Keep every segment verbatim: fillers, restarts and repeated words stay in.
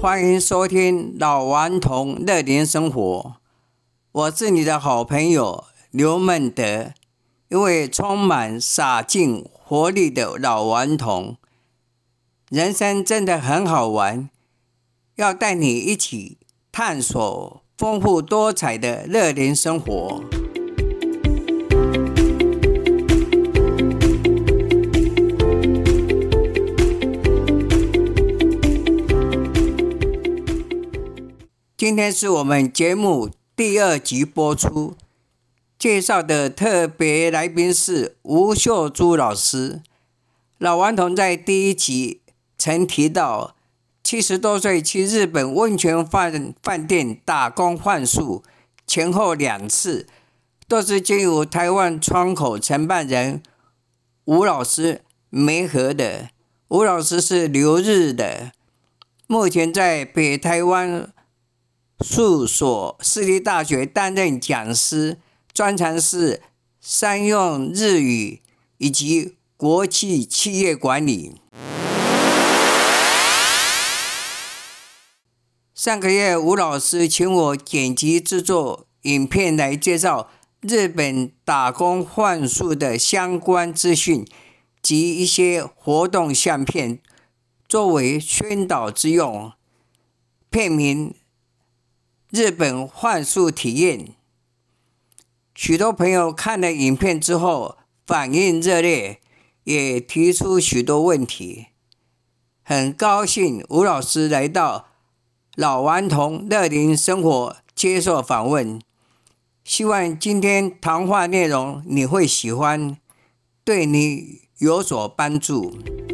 欢迎收听老顽童乐龄生活，我是你的好朋友刘孟德，一位充满洒劲活力的老顽童。人生真的很好玩，要带你一起探索丰富多彩的乐龄生活。今天是我们节目第二集播出，介绍的特别来宾是吴秀珠老师。老顽童在第一集曾提到，七十多岁去日本温泉饭饭店打工换宿，前后两次都是经由台湾窗口承办人吴老师媒合的。吴老师是留日的，目前在北台湾数所私立大学担任讲师，专长是商用日语以及国际企业管理。上个月吴老师请我剪辑制作影片来介绍日本打工换宿的相关资讯及一些活动相片，作为宣导之用。片名日本换宿体验，许多朋友看了影片之后反应热烈，也提出许多问题。很高兴吴老师来到老顽童乐龄生活接受访问，希望今天谈话内容你会喜欢，对你有所帮助。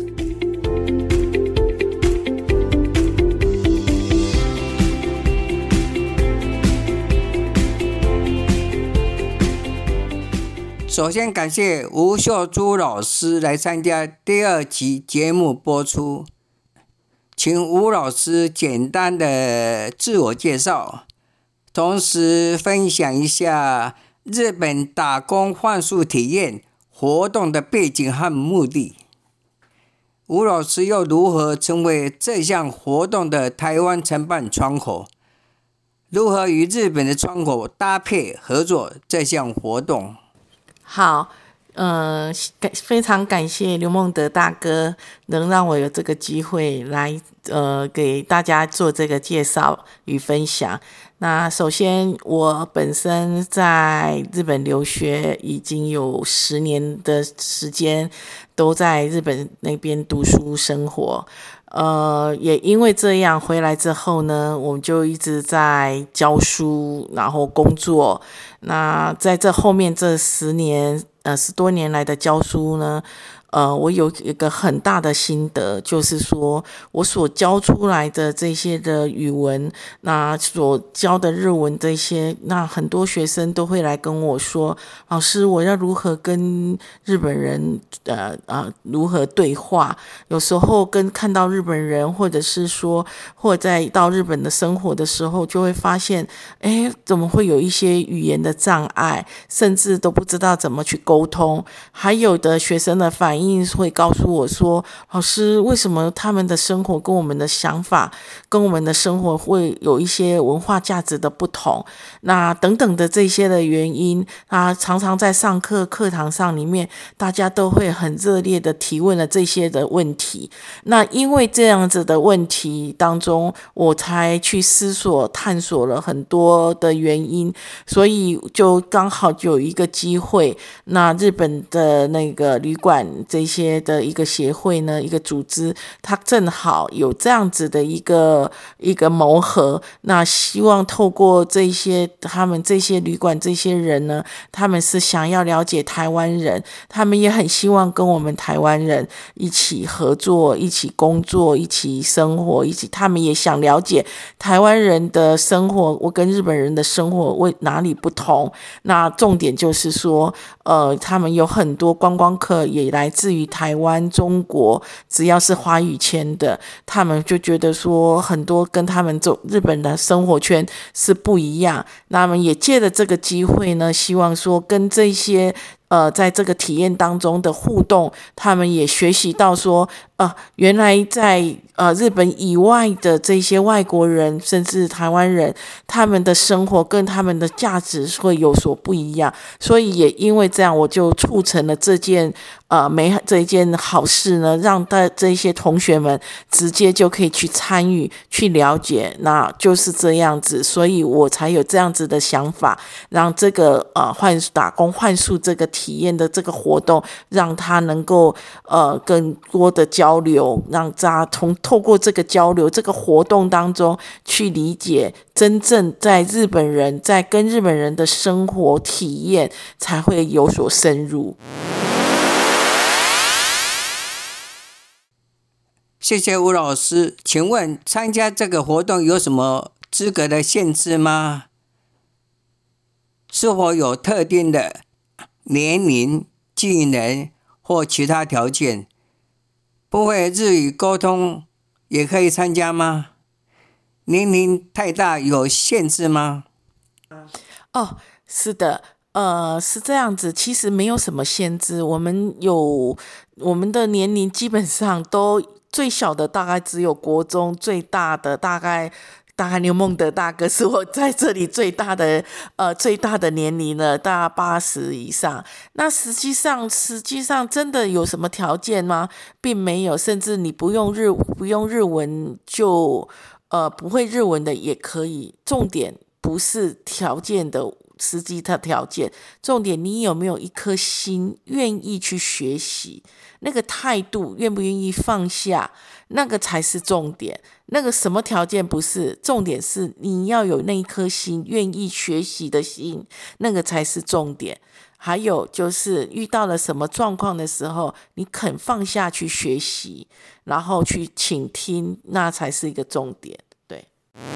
首先感谢吴秀珠老师来参加第二集节目播出，请吴老师简单的自我介绍，同时分享一下日本打工换宿体验活动的背景和目的。吴老师又如何成为这项活动的台湾承办窗口？如何与日本的窗口搭配合作这项活动？ 好，呃，非常感谢刘孟德大哥能让我有这个机会来呃给大家做这个介绍与分享。那首先，我本身在日本留学已经有十年的时间，都在日本那边读书生活。呃，也因为这样回来之后呢，我们就一直在教书，然后工作。那在这后面这十年，呃，十多年来的教书呢，呃，我有一个很大的心得，就是说我所教出来的这些的语文，那所教的日文这些，那很多学生都会来跟我说，老师，我要如何跟日本人呃呃如何对话？有时候跟看到日本人，或者是说，或者在到日本的生活的时候，就会发现，哎，怎么会有一些语言的障碍，甚至都不知道怎么去沟通。还有的学生的反应会告诉我说，老师，为什么他们的生活跟我们的想法跟我们的生活会有一些文化价值的不同，那等等的这些的原因，啊，常常在上课课堂上里面，大家都会很热烈的提问了这些的问题。那因为这样子的问题当中，我才去思索探索了很多的原因，所以就刚好就有一个机会，那日本的那个旅馆这些的一个协会呢，一个组织，它正好有这样子的一个一个谋合，那希望透过这些他们这些旅馆这些人呢，他们是想要了解台湾人，他们也很希望跟我们台湾人一起合作，一起工作，一起生活，一起他们也想了解台湾人的生活，我跟日本人的生活为哪里不同。那重点就是说呃，他们有很多观光客也来自于台湾、中国，只要是华语圈的，他们就觉得说很多跟他们走日本的生活圈是不一样。那他们也借着这个机会呢，希望说跟这些呃，在这个体验当中的互动，他们也学习到说， 呃，原来在呃日本以外的这些外国人，甚至台湾人，他们的生活跟他们的价值会有所不一样，所以也因为这样，我就促成了这件呃美这一件好事呢，让大这些同学们直接就可以去参与、去了解，那就是这样子，所以我才有这样子的想法，让这个呃换打工换宿这个体验的这个活动，让他能够呃更多的交流，让大家从透过这个交流这个活动当中去理解真正在日本人在跟日本人的生活体验才会有所深入。 谢谢吴老师，请问参加这个活动有什么资格的限制吗？是否有特定的年龄、技能或其他条件？不会日语沟通也可以参加吗？年龄太大有限制吗？ 哦，是的，呃，是这样子，其实没有什么限制，我们有我们的年龄基本上都最小的大概只有国中，最大的大概。大概刘梦德大哥是我在这里最大的呃最大的年龄了，大概八十以上。那实际上实际上真的有什么条件吗？并没有，甚至你不用日不用日文就呃不会日文的也可以。重点不是条件的实际的条件，重点你有没有一颗心愿意去学习，那个态度愿不愿意放下，那个才是重点。那个什么条件不是重点，是你要有那一颗心愿意学习的心，那个才是重点。还有就是遇到了什么状况的时候，你肯放下去学习，然后去倾听，那才是一个重点。对，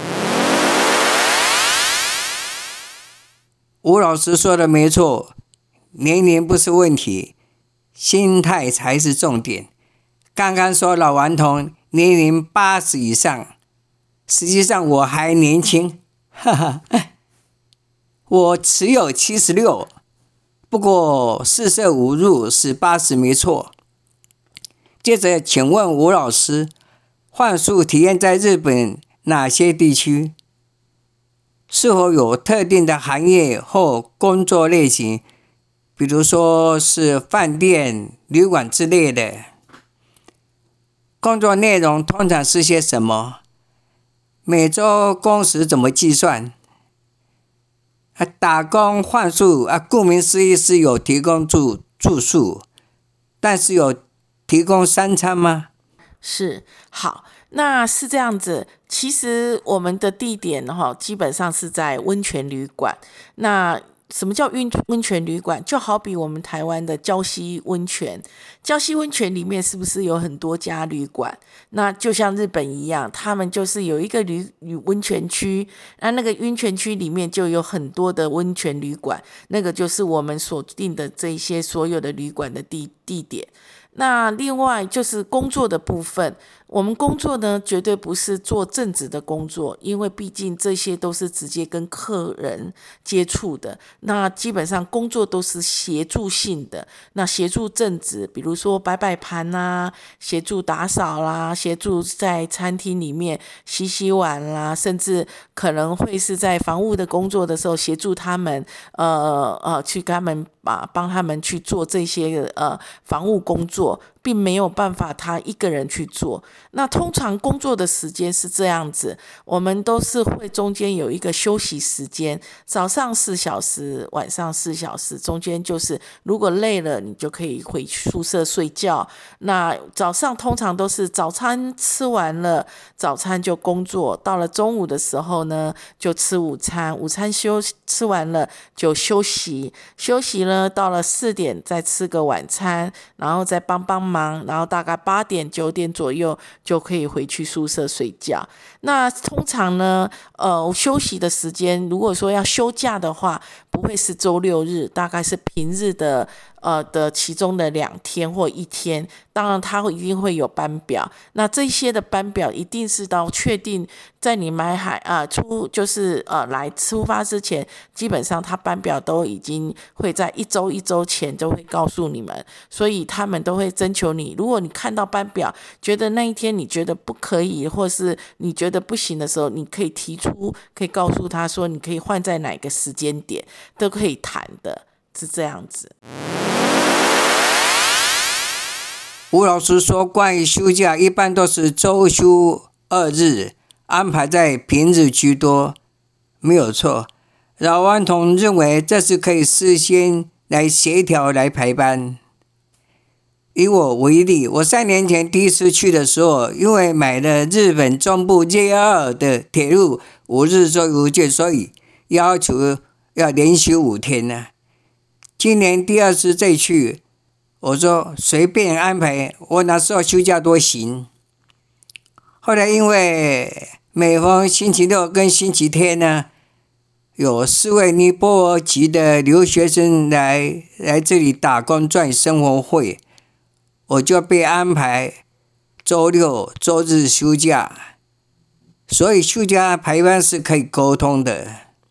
吴老师说的没错，年龄不是问题，心态才是重点。刚刚说老顽童年龄八十以上，实际上我还年轻，哈哈，我只有七十六，不过四舍五入是八十没错。接着请问吴老师，换宿体验在日本哪些地区？是否有特定的行业或工作类型，比如说是饭店、旅馆之类的？工作内容通常是些什么？每周工时怎么计算？啊，打工换宿啊，顾名思义是有提供住住宿，但是有提供三餐吗？ 是，好，那是这样子。其实我们的地点哈，基本上是在温泉旅馆。那什么叫温温泉旅馆？就好比我们台湾的礁溪温泉，礁溪温泉里面是不是有很多家旅馆？那就像日本一样，他们就是有一个旅旅温泉区，那那个温泉区里面就有很多的温泉旅馆，那个就是我们所定的这些所有的旅馆的地地点。那另外就是工作的部分，我们工作呢绝对不是做正职的工作，因为毕竟这些都是直接跟客人接触的，那基本上工作都是协助性的。那协助正职，比如说摆摆盘啦，协助打扫啦，协助在餐厅里面洗洗碗啦，甚至可能会是在房务的工作的时候协助他们呃呃去跟他们把帮他们去做这些呃房务工作，并没有办法他一个人去做。那通常工作的时间是这样子，我们都是会中间有一个休息时间，早上四小时，晚上四小时，中间就是如果累了你就可以回宿舍睡觉。那早上通常都是早餐吃完了，早餐就工作，到了中午的时候呢就吃午餐，午餐休吃完了就休息，休息了到了四点再吃个晚餐，然后再帮帮忙，然后大概八点九点左右就可以回去宿舍睡觉。那通常呢呃休息的时间如果说要休假的话，不会是周六日，大概是平日的呃的其中的两天或一天，当然它会一定会有班表。那这些的班表一定是到确定在你买海啊、呃、出就是呃来出发之前，基本上它班表都已经会在一周一周前就会告诉你们，所以他们都会征求你。如果你看到班表，觉得那一天你觉得不可以，或是你觉得不行的时候，你可以提出，可以告诉他说你可以换在哪个时间点，都可以谈的，是这样子。 吴老师说，关于休假一般都是周休二日，安排在平日居多，没有错。老顽童认为这是可以事先来协调来排班。以我为例，我三年前第一次去的时候，因为买了日本中部 J R 的铁路五日周游券，所以要求要连休五天呢、啊。今年第二次再去，我说随便安排，我那时候休假都行。后来因为每逢星期六跟星期天呢，有四位尼泊尔籍的留学生来来这里打工赚生活费，我就被安排周六周日休假，所以休假排班是可以沟通的。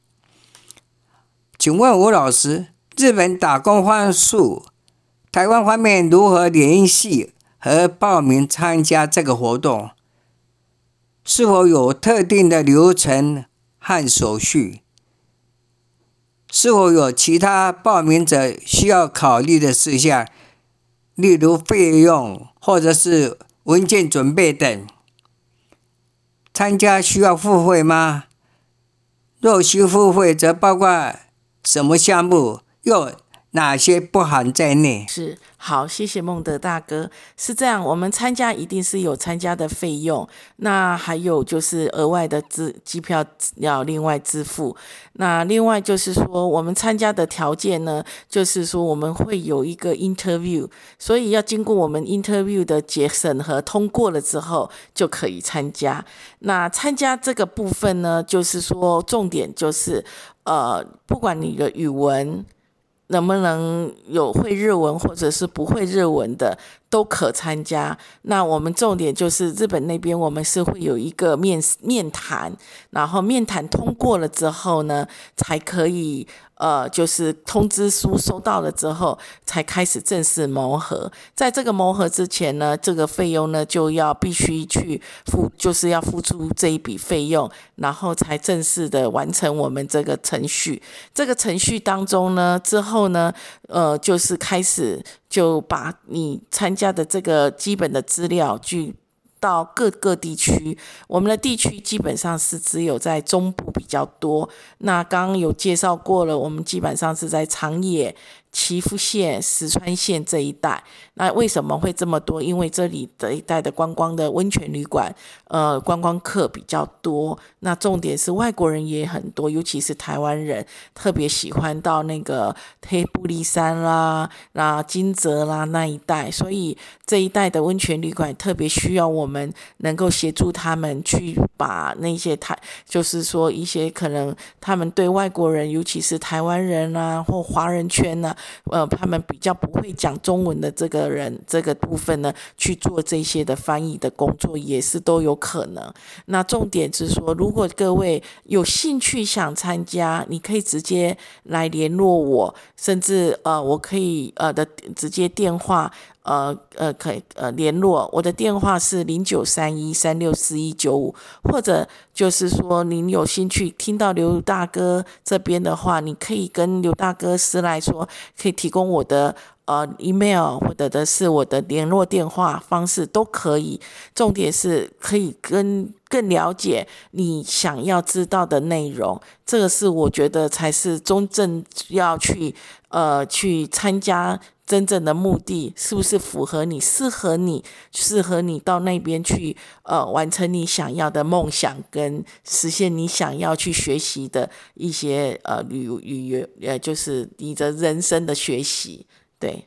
请问吴老师，日本打工换宿，台湾方面如何联系和报名参加这个活动？是否有特定的流程和手续？是否有其他报名者需要考虑的事项，例如费用或者是文件准备等？参加需要付费吗？若需付费，则包括什么项目？又哪些不含在内？ 是，好，谢谢孟德大哥。是这样，我们参加一定是有参加的费用，那还有就是额外的支机票要另外支付。那另外就是说，我们参加的条件呢，就是说我们会有一个 interview， 所以要经过我们 interview 的解审核通过了之后，就可以参加。那参加这个部分呢，就是说重点就是呃，不管你的语文能不能有会日文或者是不会日文的都可参加。那我们重点就是日本那边我们是会有一个面面谈，然后面谈通过了之后呢，才可以呃，就是通知书收到了之后才开始正式谋合。在这个谋合之前呢，这个费用呢就要必须去付，就是要付出这一笔费用，然后才正式的完成我们这个程序。这个程序当中呢，之后呢呃，就是开始就把你参加的这个基本的资料去到各个地区。我们的地区基本上是只有在中部比较多，那刚刚有介绍过了，我们基本上是在长野、岐阜县、石川县这一带。那为什么会这么多？因为这里这一带的观光的温泉旅馆呃，观光客比较多，那重点是外国人也很多，尤其是台湾人特别喜欢到那个黑布利山啦、啦金泽啦那一带，所以这一带的温泉旅馆特别需要我们能够协助他们去把那些台，就是说一些可能他们对外国人，尤其是台湾人啊或华人圈啊，呃，他们比较不会讲中文的这个人这个部分呢，去做这些的翻译的工作也是都有可能。那重点是说，如果各位有兴趣想参加，你可以直接来联络我，甚至呃，我可以呃的直接电话。呃呃，可以呃联络我的电话是零九三一三六四一九五，或者就是说您有兴趣听到刘大哥这边的话，你可以跟刘大哥私来说，可以提供我的呃 email 或者的是我的联络电话方式都可以。重点是可以跟更了解你想要知道的内容，这个是我觉得才是真正要去呃去参加。真正的目的是不是符合你，适合你，适合你到那边去呃完成你想要的梦想，跟实现你想要去学习的一些呃旅旅呃就是你的人生的学习。对。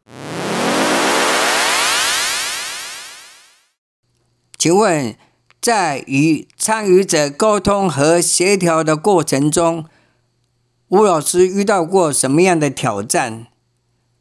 请问，在与参与者沟通和协调的过程中，吴老师遇到过什么样的挑战？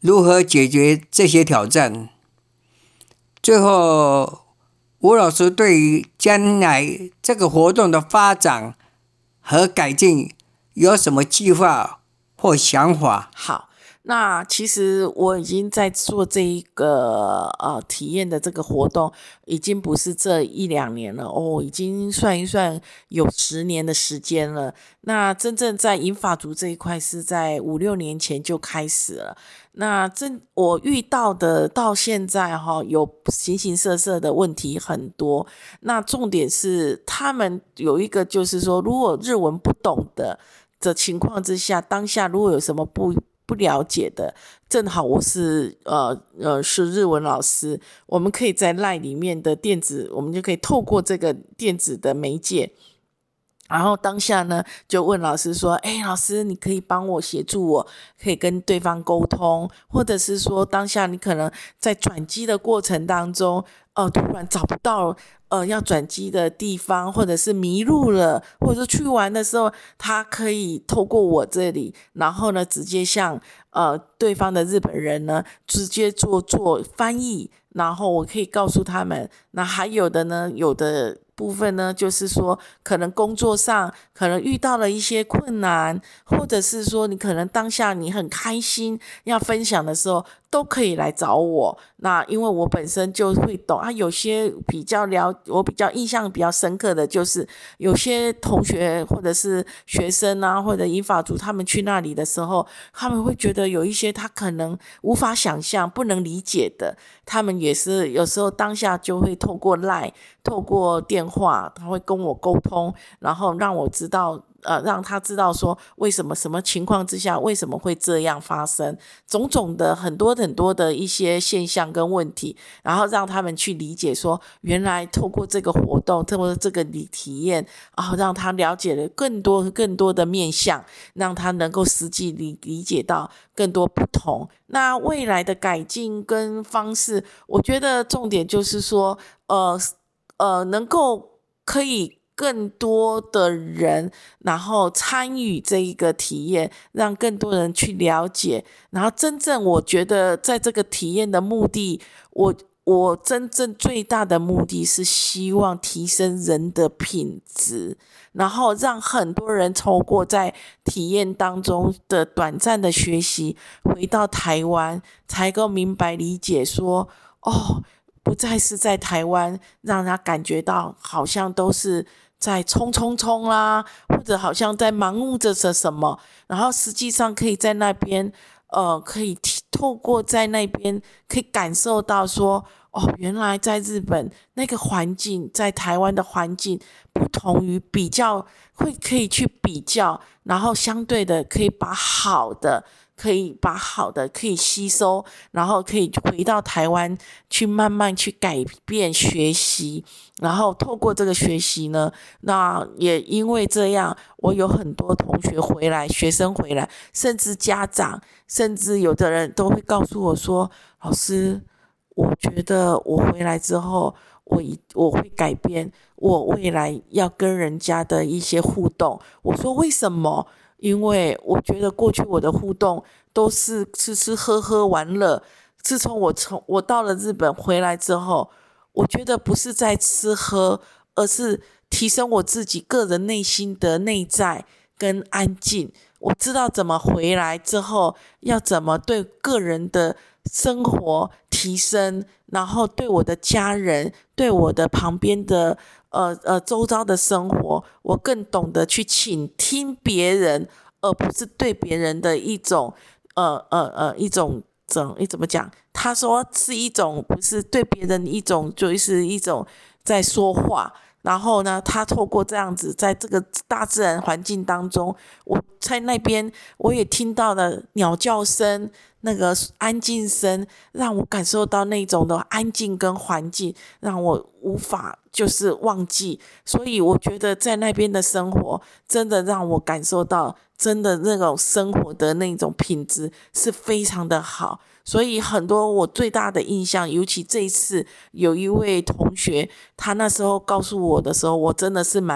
如何解决这些挑战？最后，吴老师对于将来这个活动的发展和改进有什么计划或想法？ 好，那其实我已经在做这一个呃体验的这个活动，已经不是这一两年了哦，已经算一算有十年的时间了。那真正在银发族这一块是在五六年前就开始了。那真我遇到的到现在哈、哦，有形形色色的问题很多。那重点是他们有一个就是说，如果日文不懂的的情况之下，当下如果有什么不不了解的，正好我是呃呃是日文老师，我们可以在 LINE 里面的电子，我们就可以透过这个电子的媒介。然后当下呢，就问老师说：“哎，老师，你可以帮我协助我，可以跟对方沟通，或者是说，当下你可能在转机的过程当中，呃，突然找不到呃要转机的地方，或者是迷路了，或者是去玩的时候，他可以透过我这里，然后呢，直接向呃对方的日本人呢，直接做做翻译，然后我可以告诉他们。那还有的呢，有的。”部分呢，就是说可能工作上可能遇到了一些困难，或者是说你可能当下你很开心要分享的时候，都可以来找我。那因为我本身就会懂啊，有些比较了，我比较印象比较深刻的就是有些同学或者是学生啊，或者银发族他们去那里的时候，他们会觉得有一些他可能无法想象、不能理解的，他们也是有时候当下就会透过 LINE、透过电话，他会跟我沟通，然后让我知道。呃，让他知道说为什么什么情况之下为什么会这样发生，种种的很多很多的一些现象跟问题，然后让他们去理解说，原来透过这个活动，透过这个体验，然后让他了解了更多更多的面向，让他能够实际理理解到更多不同。那未来的改进跟方式，我觉得重点就是说，呃呃，能够可以。更多的人，然后参与这一个体验，让更多人去了解，然后真正我觉得在这个体验的目的，我我真正最大的目的是希望提升人的品质，然后让很多人透过在体验当中的短暂的学习，回到台湾才够明白理解说，哦，不再是在台湾让他感觉到好像都是在冲冲冲啦，或者好像在忙碌着什么，然后实际上可以在那边呃，可以透过在那边可以感受到说，哦，原来在日本那个环境，在台湾的环境不同于比较，会可以去比较，然后相对的可以把好的。可以把好的可以吸收，然后可以回到台湾去慢慢去改变学习，然后透过这个学习呢，那也因为这样，我有很多同学回来，学生回来，甚至家长，甚至有的人都会告诉我说，老师，我觉得我回来之后，我我会改变我未来要跟人家的一些互动。我说为什么？因为我觉得过去我的互动都是吃吃喝喝玩乐，自从我从我到了日本回来之后，我觉得不是在吃喝，而是提升我自己个人内心的内在跟安静。我知道怎么回来之后要怎么对个人的生活提升，然后对我的家人，对我的旁边的呃呃周遭的生活，我更懂得去倾听别人，而不是对别人的一种呃呃呃一种怎怎么讲？他说是一种不是对别人一种就是一种在说话。然后呢，他透过这样子，在这个大自然环境当中，我在那边我也听到了鸟叫声，那个安静声，让我感受到那种的安静跟环境，让我无法就是忘记。所以我觉得在那边的生活，真的让我感受到，真的那种生活的那种品质是非常的好。所以很多我最大的印象，尤其这一次有一位同学，他那时候告诉我的时候，我真的是蛮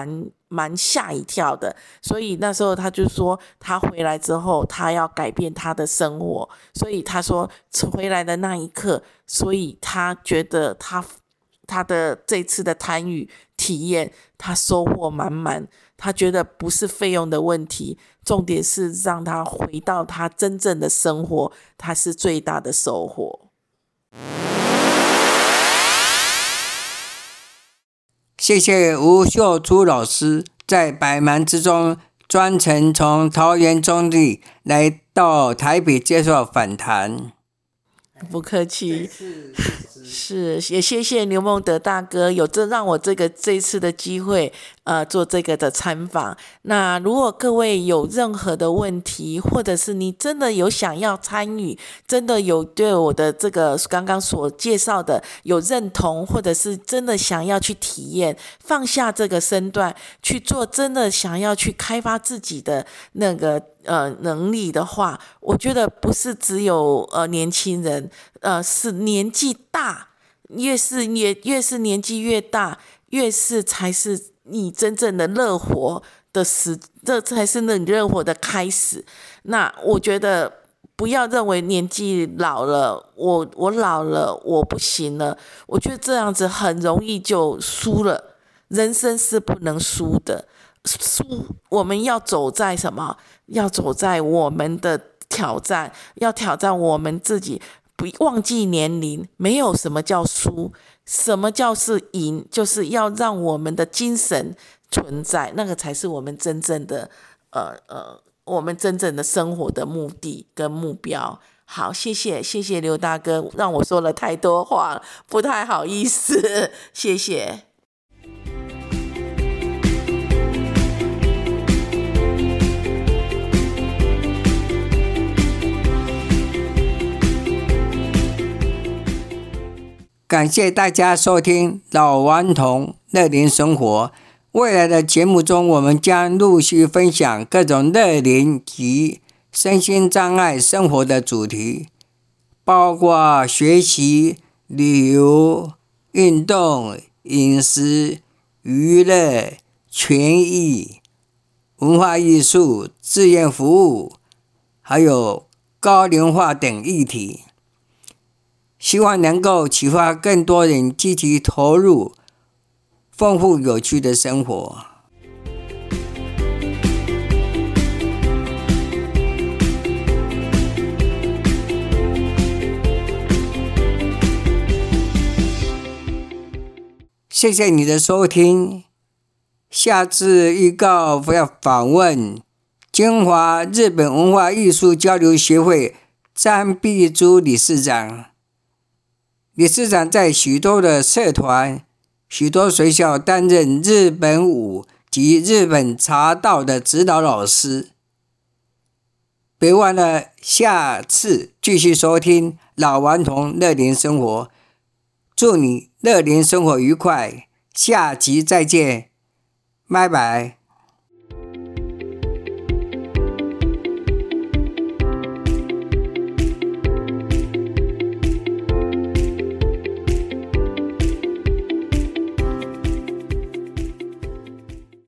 蛮吓一跳的。所以那时候他就说，他回来之后，他要改变他的生活。所以他说，回来的那一刻，所以他觉得他他的这次的参与体验，他收获满满。他觉得不是费用的问题，重点是让他回到他真正的生活，他是最大的收获。 谢谢吴秀珠老师在百忙之中专程从桃园中坜来到台北接受访谈。 不客气，是也谢谢刘梦德大哥有这让我这个这一次的机会，呃，做这个的参访。那如果各位有任何的问题，或者是你真的有想要参与，真的有对我的这个刚刚所介绍的有认同，或者是真的想要去体验，放下这个身段去做，真的想要去开发自己的那个呃能力的话，我觉得不是只有呃年轻人，呃是年纪大，越是越越是年纪越大，越是才是你真正的热火的时，这才是你热火的开始。那我觉得不要认为年纪老了，我我老了，我不行了，我觉得这样子很容易就输了。人生是不能输的。输，我们要走在什么？要走在我们的挑战，要挑战我们自己，不忘记年龄。没有什么叫输，什么叫是赢，就是要让我们的精神存在，那个才是我们真正的呃呃，我们真正的生活的目的跟目标。好，谢谢谢谢刘大哥，让我说了太多话，不太好意思，谢谢。 感谢大家收听老顽童乐龄生活。未来的节目中，我们将陆续分享各种乐龄及身心障碍生活的主题，包括学习、旅游、运动、饮食、娱乐、权益、文化艺术、志愿服务，还有高龄化等议题。希望能够启发更多人积极投入丰富有趣的生活。谢谢你的收听。下次预告要访问金华日本文化艺术交流协会张碧珠理事长。理事长在许多的社团、许多学校担任日本舞及日本茶道的指导老师。别忘了下次继续收听老顽童乐龄生活。祝你乐龄生活愉快，下集再见，拜拜。